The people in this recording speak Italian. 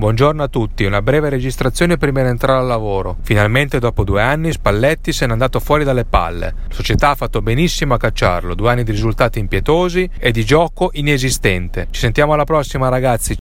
Buongiorno a tutti, una breve registrazione prima di entrare al lavoro. Finalmente dopo 2 anni Spalletti se n'è andato fuori dalle palle. La società ha fatto benissimo a cacciarlo, 2 anni di risultati impietosi e di gioco inesistente. Ci sentiamo alla prossima, ragazzi.